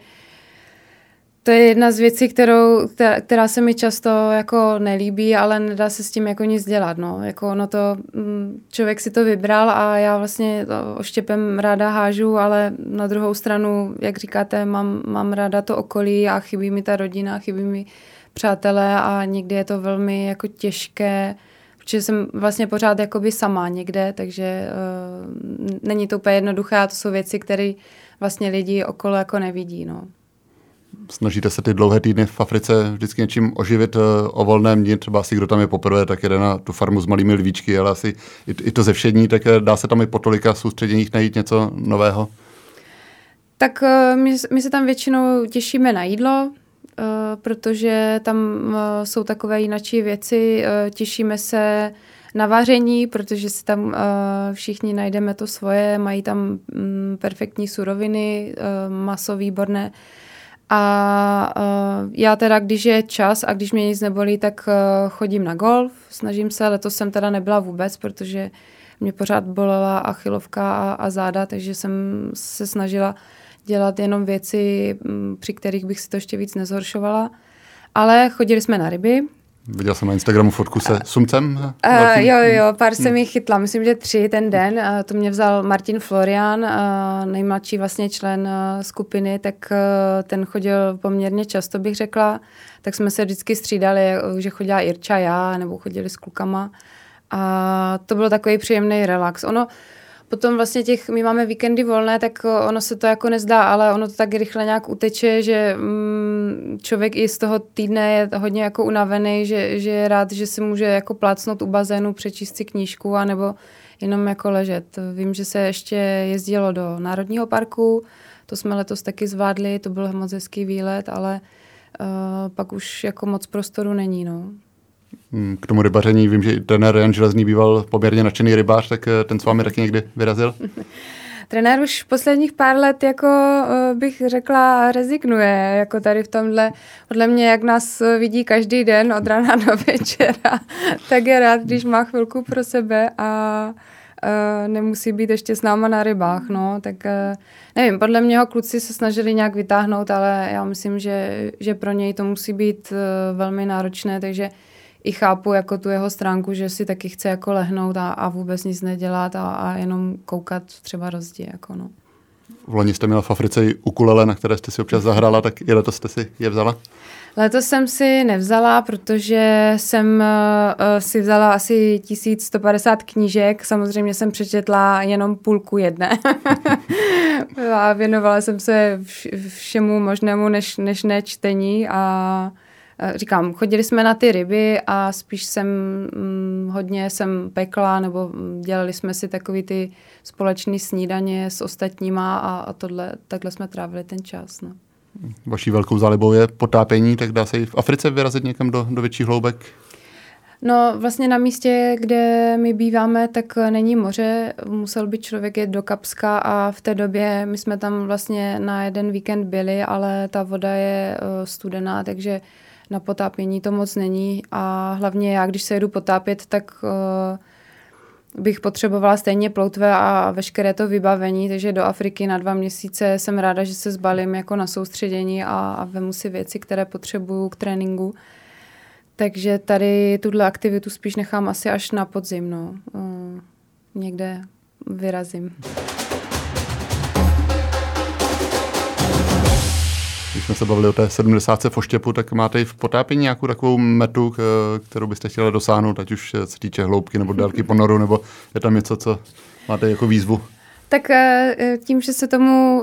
S4: to je jedna z věcí, která se mi často jako nelíbí, ale nedá se s tím jako nic dělat, no. Jako ono to, člověk si to vybral a já vlastně oštěpem ráda hážu, ale na druhou stranu, jak říkáte, mám ráda to okolí a chybí mi ta rodina, chybí mi přátelé a někdy je to velmi jako těžké, protože jsem vlastně pořád jakoby sama někde, takže není to úplně jednoduché a to jsou věci, které vlastně lidi okolo jako nevidí, no.
S3: Snažíte se ty dlouhé týdny v Africe vždycky něčím oživit o volném dni, třeba asi kdo tam je poprvé, tak jede na tu farmu s malými lvíčky, ale asi i to ze všední, tak dá se tam i po tolika soustředěních najít něco nového?
S4: Tak my se tam většinou těšíme na jídlo, protože tam jsou takové jinačí věci, těšíme se na vaření, protože si tam všichni najdeme to svoje, mají tam perfektní suroviny, maso výborné. A já teda, když je čas a když mě nic nebolí, tak chodím na golf, snažím se, letos jsem teda nebyla vůbec, protože mě pořád bolela achilovka a záda, takže jsem se snažila dělat jenom věci, při kterých bych si to ještě víc nezhoršovala. Ale chodili jsme na ryby,
S3: Viděl jsem na Instagramu fotku se sumcem.
S4: Jo, pár jsem jich chytla, myslím, že 3 ten den. To mě vzal Martin Florian, nejmladší vlastně člen skupiny, tak ten chodil poměrně často, bych řekla. Tak jsme se vždycky střídali, že chodila Irča, já, nebo chodili s klukama. A to byl takový příjemný relax. Potom vlastně my máme víkendy volné, tak ono se to jako nezdá, ale ono to tak rychle nějak uteče, že člověk i z toho týdne je hodně jako unavený, že je rád, že si může jako plácnout u bazénu, přečíst si knížku anebo jenom jako ležet. Vím, že se ještě jezdilo do Národního parku, to jsme letos taky zvládli, to byl moc hezký výlet, ale pak už jako moc prostoru není, no.
S3: K tomu rybaření vím, že trenér Jan Železný býval poměrně nadšený rybář, tak ten s vámi taky někdy vyrazil?
S4: Trenér už posledních pár let, jako bych řekla, rezignuje, jako tady v tomhle. Podle mě, jak nás vidí každý den od rána do večera, tak je rád, když má chvilku pro sebe a nemusí být ještě s náma na rybách, no, tak nevím, podle mě ho kluci se snažili nějak vytáhnout, ale já myslím, že pro něj to musí být velmi náročné, takže i chápu jako tu jeho stránku, že si taky chce jako lehnout a vůbec nic nedělat a jenom koukat třeba do zdi, jako no.
S3: V loni jste měla v Africe i ukulele, na které jste si občas zahrála, tak i letos jste si je vzala?
S4: Letos jsem si nevzala, protože jsem si vzala asi 1150 knížek. Samozřejmě jsem přečetla jenom půlku jedné. A věnovala jsem se všemu možnému než ne čtení. A říkám, chodili jsme na ty ryby a spíš hodně jsem pekla, nebo dělali jsme si takový ty společný snídaně s ostatníma a takhle jsme trávili ten čas, no.
S3: Vaší velkou zálibou je potápění, tak dá se i v Africe vyrazit někam do větších hloubek?
S4: No vlastně na místě, kde my býváme, tak není moře. Musel by člověk jet do Kapska a v té době my jsme tam vlastně na jeden víkend byli, ale ta voda je studená, takže na potápění to moc není. A hlavně já, když se jedu potápět, tak bych potřebovala stejně ploutve a veškeré to vybavení, takže do Afriky na 2 měsíce jsem ráda, že se zbalím jako na soustředění a vemu si věci, které potřebuju k tréninku. Takže tady tuhle aktivitu spíš nechám asi až na podzim, no. Někde vyrazím.
S3: Když jsme se bavili o té 70 v oštěpu, tak máte i v potápění nějakou takovou metu, kterou byste chtěli dosáhnout, ať už se týče hloubky nebo délky ponoru, nebo je tam něco, co máte jako výzvu?
S4: Tak tím, že se tomu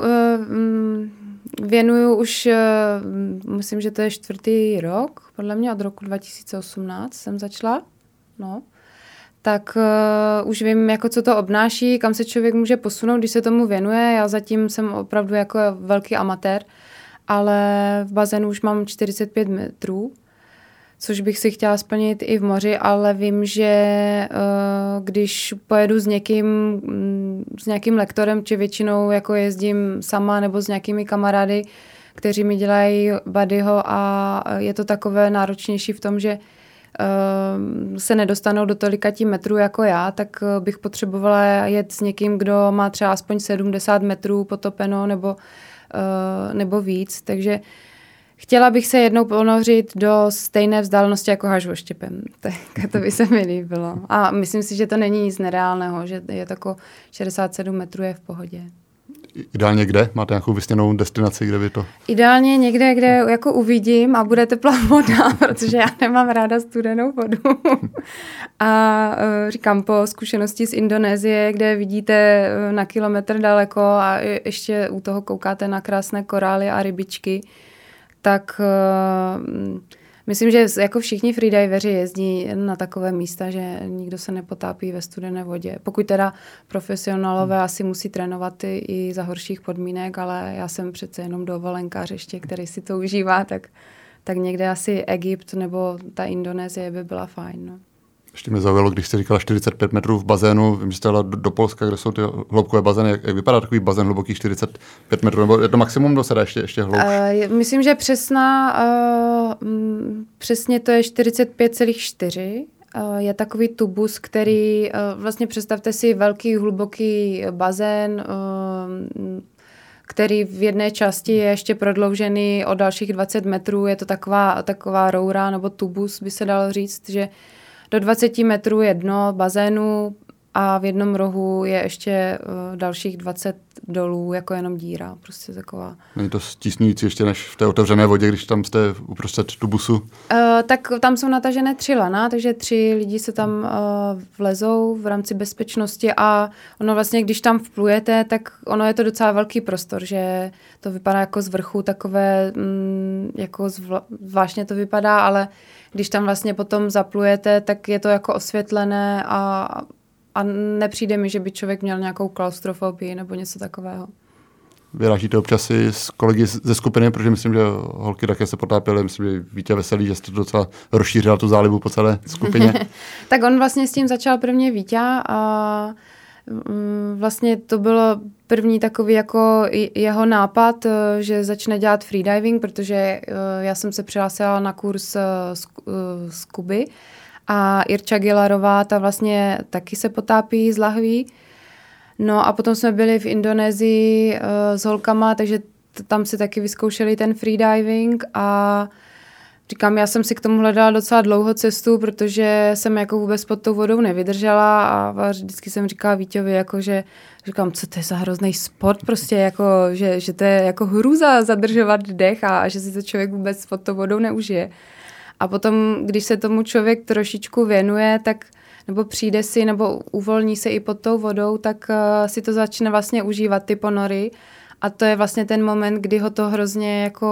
S4: věnuju už, myslím, že to je 4. rok, podle mě od roku 2018 jsem začala, no. Tak už vím, jako co to obnáší, kam se člověk může posunout, když se tomu věnuje. Já zatím jsem opravdu jako velký amatér, ale v bazénu už mám 45 metrů, což bych si chtěla splnit i v moři, ale vím, že když pojedu s nějakým lektorem, či většinou jako jezdím sama nebo s nějakými kamarády, kteří mi dělají buddyho a je to takové náročnější v tom, že se nedostanou do tolika metrů jako já, tak bych potřebovala jet s někým, kdo má třeba aspoň 70 metrů potopeno nebo víc, takže chtěla bych se jednou ponořit do stejné vzdálenosti jako Hažvoštěpem. Tak to by se mi líbilo. A myslím si, že to není nic nereálného, že je tako 67 metrů je v pohodě.
S3: Ideálně kde? Máte nějakou vysněnou destinaci, kde by to?
S4: Ideálně někde, kde jako uvidím a bude teplá voda, protože já nemám ráda studenou vodu. A říkám, po zkušenosti z Indonésie, kde vidíte na kilometr daleko a ještě u toho koukáte na krásné korály a rybičky, tak myslím, že jako všichni freediveři jezdí na takové místa, že nikdo se nepotápí ve studené vodě. Pokud teda profesionálové asi musí trénovat i za horších podmínek, ale já jsem přece jenom dovolenkář ještě, který si to užívá, tak někde asi Egypt nebo ta Indonésie by byla fajn. No.
S3: Ještě mě zaujalo, když jste říkala 45 metrů v bazénu, vím, že jste jela do Polska, kde jsou ty hloubkové bazény. Jak vypadá takový bazén hluboký 45 metrů? Nebo je to maximum, do se dá ještě hloubš?
S4: Myslím, že přesně to je 45,4. Je takový tubus, který vlastně představte si velký, hluboký bazén, který v jedné části je ještě prodloužený o dalších 20 metrů. Je to taková roura nebo tubus, by se dalo říct, že do 20 metrů je dno bazénu a v jednom rohu je ještě dalších 20 dolů, jako jenom díra. Prostě taková.
S3: Není to stísňující ještě než v té otevřené vodě, když tam jste uprostřed tubusu?
S4: Tak tam jsou natažené 3 lana, takže 3 lidi se tam vlezou v rámci bezpečnosti a ono vlastně, když tam vplujete, tak ono je to docela velký prostor, že to vypadá jako z vrchu takové, jako zvláštně to vypadá, ale když tam vlastně potom zaplujete, tak je to jako osvětlené a nepřijde mi, že by člověk měl nějakou klaustrofobii nebo něco takového.
S3: Vyrážíte občas i s kolegy ze skupiny, protože myslím, že holky také se potápěly, myslím, že Vítě veselý, že jste docela rozšířila tu zálibu po celé skupině.
S4: Tak on vlastně s tím začal prvně Vítě a vlastně to bylo první takový jako jeho nápad, že začne dělat freediving, protože já jsem se přihlásila na kurz z Kuby a Irča Gilarová, ta vlastně taky se potápí z lahví. No a potom jsme byli v Indonésii s holkama, takže tam si taky vyzkoušeli ten freediving a říkám, já jsem si k tomu hledala docela dlouho cestu, protože jsem jako vůbec pod tou vodou nevydržela a vždycky jsem říkala Víťovi, jako, že říkám, co to je za hrozný sport, prostě jako, že to je jako hrůza zadržovat dech a že si to člověk vůbec pod tou vodou neužije. A potom, když se tomu člověk trošičku věnuje, tak nebo přijde si, nebo uvolní se i pod tou vodou, tak si to začne vlastně užívat ty ponory. A to je vlastně ten moment, kdy ho to hrozně jako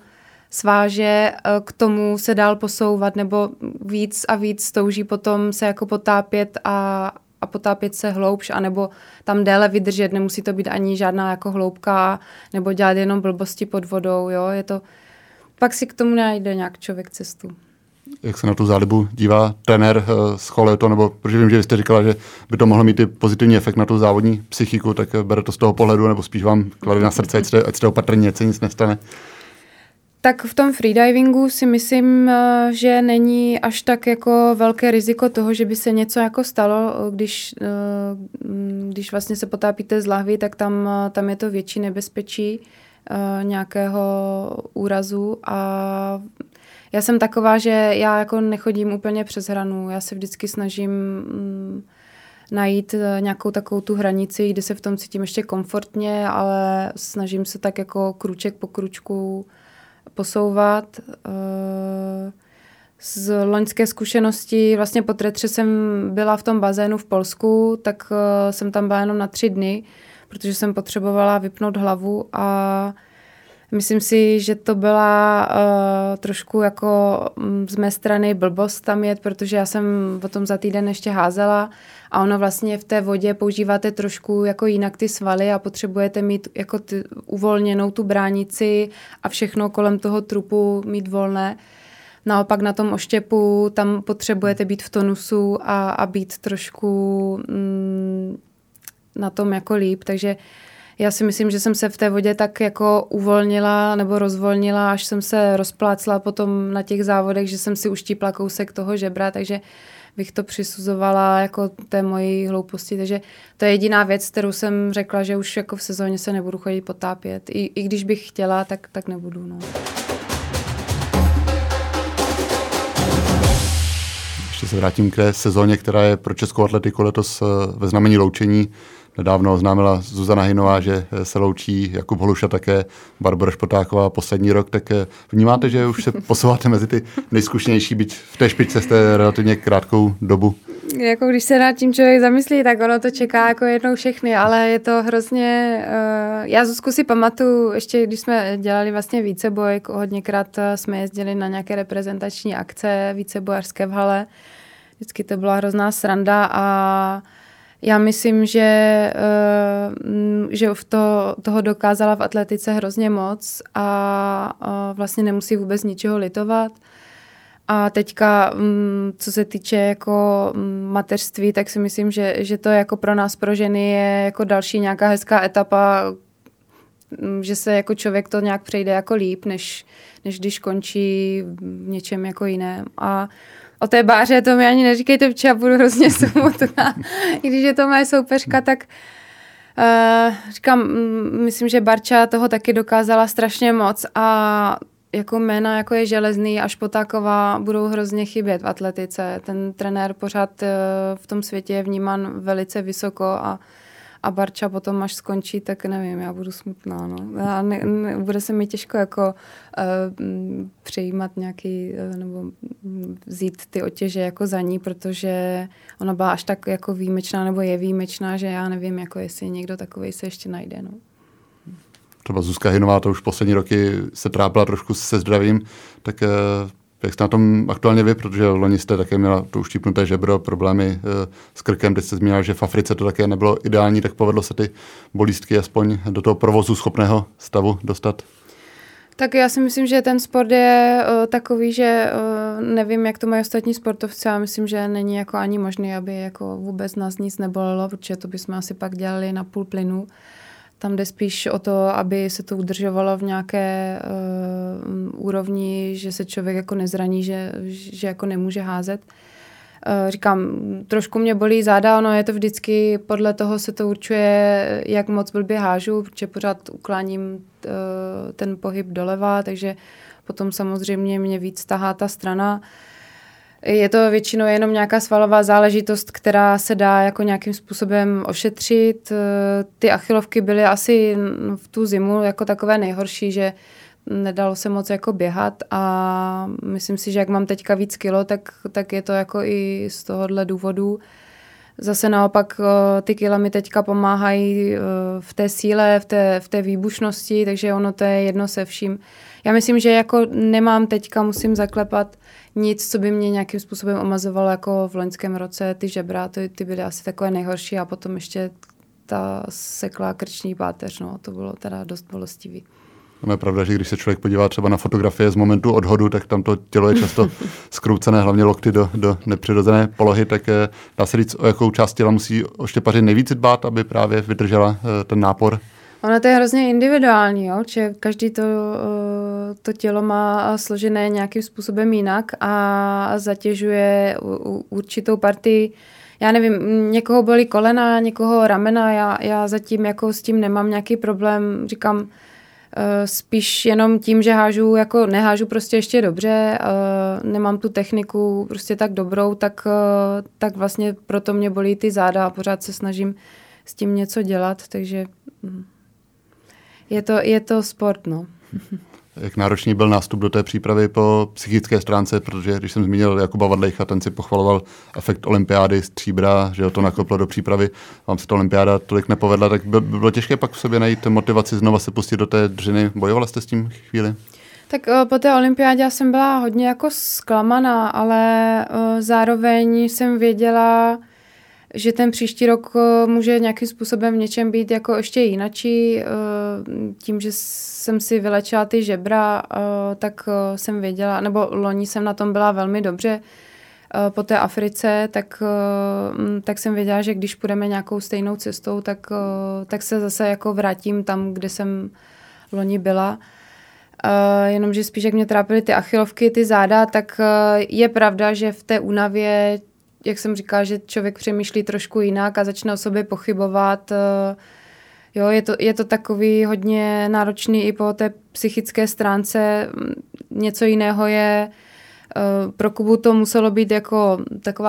S4: sváže k tomu se dál posouvat, nebo víc a víc touží potom se jako potápět a potápět se hloubš, anebo tam déle vydržet. Nemusí to být ani žádná jako hloubka, nebo dělat jenom blbosti pod vodou, jo. Je to, pak si k tomu najde nějak člověk cestu.
S3: Jak se na tu zálibu dívá trenér z Choleto, nebo protože vím, že vy jste říkala, že by to mohlo mít i pozitivní efekt na tu závodní psychiku, tak bere to z toho pohledu, nebo spíš vám klade na srdce, ať jste opatrní, ať se nic nestane?
S4: Tak v tom freedivingu si myslím, že není až tak jako velké riziko toho, že by se něco jako stalo, když vlastně se potápíte z lahví, tak tam je to větší nebezpečí nějakého úrazu a já jsem taková, že já jako nechodím úplně přes hranu. Já se vždycky snažím najít nějakou takovou tu hranici, kde se v tom cítím ještě komfortně, ale snažím se tak jako krůček po krůčku posouvat. Z loňské zkušenosti, vlastně po tretře jsem byla v tom bazénu v Polsku, tak jsem tam byla jenom na 3 dny, protože jsem potřebovala vypnout hlavu a myslím si, že to byla trošku jako z mé strany blbost tam jet, protože já jsem o tom za týden ještě házela a ono vlastně v té vodě používáte trošku jako jinak ty svaly a potřebujete mít jako uvolněnou tu bránici a všechno kolem toho trupu mít volné. Naopak na tom oštěpu tam potřebujete být v tonusu a být trošku na tom jako líp, takže já si myslím, že jsem se v té vodě tak jako uvolnila nebo rozvolnila, až jsem se rozplácla potom na těch závodech, že jsem si uštípla kousek toho žebra, takže bych to přisuzovala jako té mojí hlouposti. Takže to je jediná věc, kterou jsem řekla, že už jako v sezóně se nebudu chodit potápět. I když bych chtěla, tak nebudu. No.
S3: Ještě se vrátím k té sezóně, která je pro českou atletiku letos ve znamení loučení. Nedávno oznámila Zuzana Hynová, že se loučí, Jakub Holuša také, Barbora Špotáková poslední rok, tak vnímáte, že už se posouváte mezi ty nejzkušenější, byť v té špičce jste relativně krátkou dobu?
S4: Jako když se nad tím člověk zamyslí, tak ono to čeká jako jednou všechny, ale je to hrozně... Já Zuzku si pamatuju, ještě když jsme dělali vlastně víceboj, hodněkrát jsme jezdili na nějaké reprezentační akce vícebojařské v hale. Vždycky to byla hrozná sranda a já myslím, že toho dokázala v atletice hrozně moc a vlastně nemusí vůbec ničeho litovat. A teďka, co se týče jako mateřství, tak si myslím, že to jako pro nás, pro ženy, je jako další nějaká hezká etapa, že se jako člověk to nějak přejde jako líp, než když končí v něčem jako jiném. A o té Báře to mi ani neříkejte, protože já budu hrozně smutná. I když je to moje soupeřka, tak Říkám, myslím, že Barča toho taky dokázala strašně moc a jako jména, jako je Železný a Špotáková, budou hrozně chybět v atletice. Ten trenér pořád v tom světě je vnímán velice vysoko a Barča potom, až skončí, tak nevím, já budu smutná. No. Bude se mi těžko jako přejímat nějaký, nebo vzít ty otěže jako za ní, protože ona byla až tak jako výjimečná, nebo je výjimečná, že já nevím, jako jestli někdo takovej se ještě najde. No.
S3: Třeba Zuzka Hynová, to už poslední roky se trápila trošku se zdravím, tak jak jste na tom aktuálně vy, protože loni jste také měla to uštípnuté žebro, problémy s krkem, teď jste zmínila, že v Africe to také nebylo ideální, tak povedlo se ty bolístky aspoň do toho provozu schopného stavu dostat?
S4: Tak já si myslím, že ten sport je takový, že nevím, jak to mají ostatní sportovci, a myslím, že není jako ani možný, aby jako vůbec nás nic nebolelo, protože to bychom asi pak dělali na půl plynu. Tam jde spíš o to, aby se to udržovalo v nějaké úrovni, že se člověk jako nezraní, že jako nemůže házet. Říkám, trošku mě bolí záda, ono je to vždycky, podle toho se to určuje, jak moc blbě hážu, protože pořád ukláním ten pohyb doleva, takže potom samozřejmě mě víc tahá ta strana. Je to většinou jenom nějaká svalová záležitost, která se dá jako nějakým způsobem ošetřit. Ty achilovky byly asi v tu zimu jako takové nejhorší, že nedalo se moc jako běhat a myslím si, že jak mám teďka víc kilo, tak je to jako i z tohohle důvodu. Zase naopak ty kila mi teďka pomáhají v té síle, v té výbušnosti, takže ono to je jedno se vším. Já myslím, že jako nemám teďka, musím zaklepat nic, co by mě nějakým způsobem omazovalo jako v loňském roce. Ty žebra, ty byly asi takové nejhorší a potom ještě ta seklá krční páteř, no, to bylo teda dost bolestivý.
S3: No je pravda, že když se člověk podívá třeba na fotografie z momentu odhodu, tak tam to tělo je často skroucené, hlavně lokty do nepřirozené polohy, tak dá se říct, o jakou část těla musí oštěpaři nejvíc dbát, aby právě vydržela ten nápor?
S4: Ono to je hrozně individuální, jo? Že každý to tělo má složené nějakým způsobem jinak a zatěžuje určitou partii. Já nevím, někoho bolí kolena, někoho ramena, já zatím jako s tím nemám nějaký problém, říkám, spíš jenom tím, že hážu, jako nehážu prostě ještě dobře, nemám tu techniku prostě tak dobrou, tak vlastně proto mě bolí ty záda a pořád se snažím s tím něco dělat, takže je to sport, no.
S3: Jak náročný byl nástup do té přípravy po psychické stránce, protože když jsem zmínil Jakuba Vadlejcha, ten si pochvaloval efekt olympiády stříbra, že ho to nakoplo do přípravy, vám se ta olympiáda tolik nepovedla, tak bylo těžké pak v sobě najít motivaci znova se pustit do té dřiny. Bojovala jste s tím chvíli?
S4: Tak po té olympiádě jsem byla hodně jako zklamaná, ale zároveň jsem věděla, že ten příští rok může nějakým způsobem v něčem být jako ještě jinačí. Tím, že jsem si vylečila ty žebra, tak jsem věděla, nebo loni jsem na tom byla velmi dobře po té Africe, tak jsem věděla, že když půjdeme nějakou stejnou cestou, tak se zase jako vrátím tam, kde jsem loni byla. Jenomže spíš, jak mě trápily ty achilovky, ty záda, tak je pravda, že v té únavě, jak jsem říkala, že člověk přemýšlí trošku jinak a začne o sobě pochybovat. Jo, je to takový hodně náročný i po té psychické stránce. Něco jiného je, pro Kubu to muselo být jako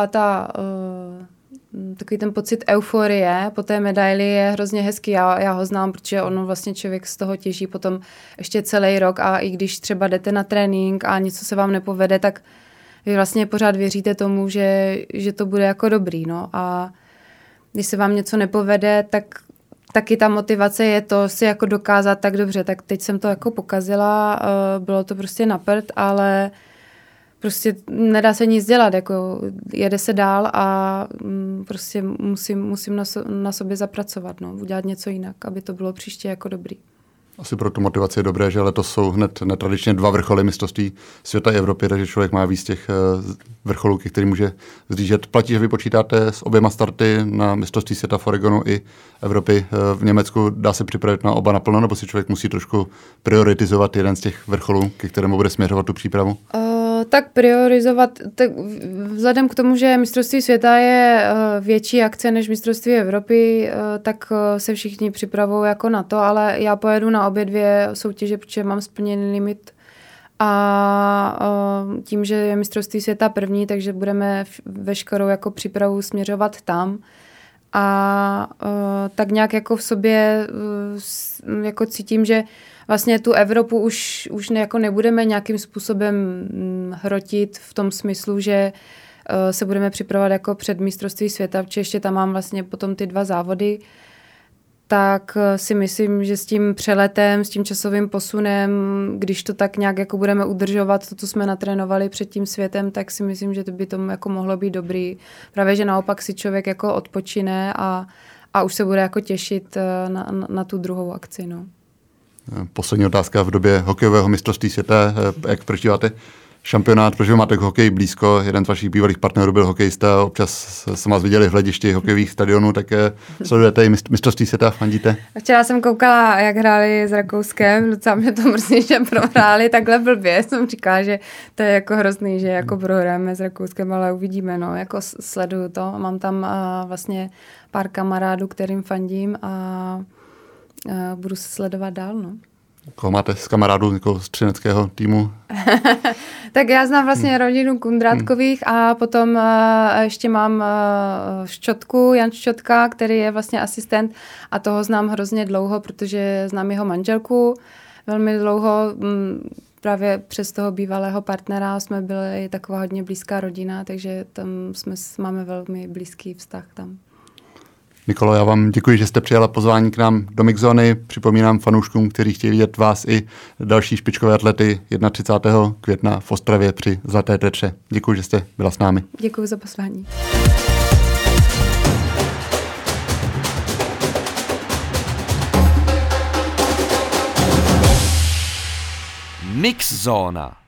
S4: takový ten pocit euforie po té medaili je hrozně hezký. Já ho znám, protože ono vlastně člověk z toho těží potom ještě celý rok a i když třeba jdete na trénink a něco se vám nepovede, tak vy vlastně pořád věříte tomu, že to bude jako dobrý, no. A když se vám něco nepovede, tak taky ta motivace je to si jako dokázat tak dobře. Tak teď jsem to jako pokazila, bylo to prostě na prd, ale prostě nedá se nic dělat, jako jede se dál a prostě musím na sobě zapracovat, no, udělat něco jinak, aby to bylo příště jako dobrý.
S3: Asi pro tu motivaci je dobré, že letos jsou hned netradičně 2 vrcholy mistrovství světa i Evropy, takže člověk má víc těch vrcholů, ke kterým může zřížet. Platí, že vy počítáte s oběma starty na mistrovství světa v Oregonu i Evropy v Německu. Dá se připravit na oba naplno, nebo si člověk musí trošku prioritizovat jeden z těch vrcholů, ke kterému bude směřovat tu přípravu?
S4: Tak priorizovat, tak vzhledem k tomu, že mistrovství světa je větší akce než mistrovství Evropy, tak se všichni připravují jako na to, ale já pojedu na obě dvě soutěže, protože mám splněný limit a tím, že je mistrovství světa první, takže budeme veškerou jako přípravu směřovat tam. A tak nějak jako v sobě jako cítím, že vlastně tu Evropu už jako nebudeme nějakým způsobem hrotit v tom smyslu, že se budeme připravovat jako před mistrovství světa, protože ještě tam mám vlastně potom ty 2 závody, tak si myslím, že s tím přeletem, s tím časovým posunem, když to tak nějak jako budeme udržovat, to, co jsme natrénovali před tím světem, tak si myslím, že to by to jako mohlo být dobrý. Právě, že naopak si člověk jako odpočine a už se bude jako těšit na tu druhou akci. No.
S3: Poslední otázka v době hokejového mistrovství světa. Jak prožíváte šampionát, protože máte k hokeji blízko? Jeden z vašich bývalých partnerů byl hokejista, občas jsem vás viděli v hledišti hokejových stadionů, tak sledujete i mistrovství světa, fandíte?
S4: Včera jsem koukala, jak hráli s Rakouskem, docela mě to mrzí, že prohráli takhle blbě. Jsem říkala, že to je jako hrozný, že jako prohráme s Rakouskem, ale uvidíme, no, jako sleduju to. Mám tam vlastně pár kamarádů, kterým fandím a budu se sledovat dál, no.
S3: Koho máte z kamarádů jako z třineckého týmu?
S4: Tak já znám vlastně rodinu Kundrátkových a potom ještě mám Ščotku, Jan Ščotka, který je vlastně asistent a toho znám hrozně dlouho, protože znám jeho manželku velmi dlouho. Právě přes toho bývalého partnera jsme byli taková hodně blízká rodina, takže tam máme velmi blízký vztah tam.
S3: Nikolo, já vám děkuji, že jste přijala pozvání k nám do Mixzóny. Připomínám fanouškům, kteří chtějí vidět vás i další špičkové atlety 31. května v Ostravě při Zlaté tetře. Děkuji, že jste byla s námi.
S4: Děkuji za pozvání.
S2: Mixzóna.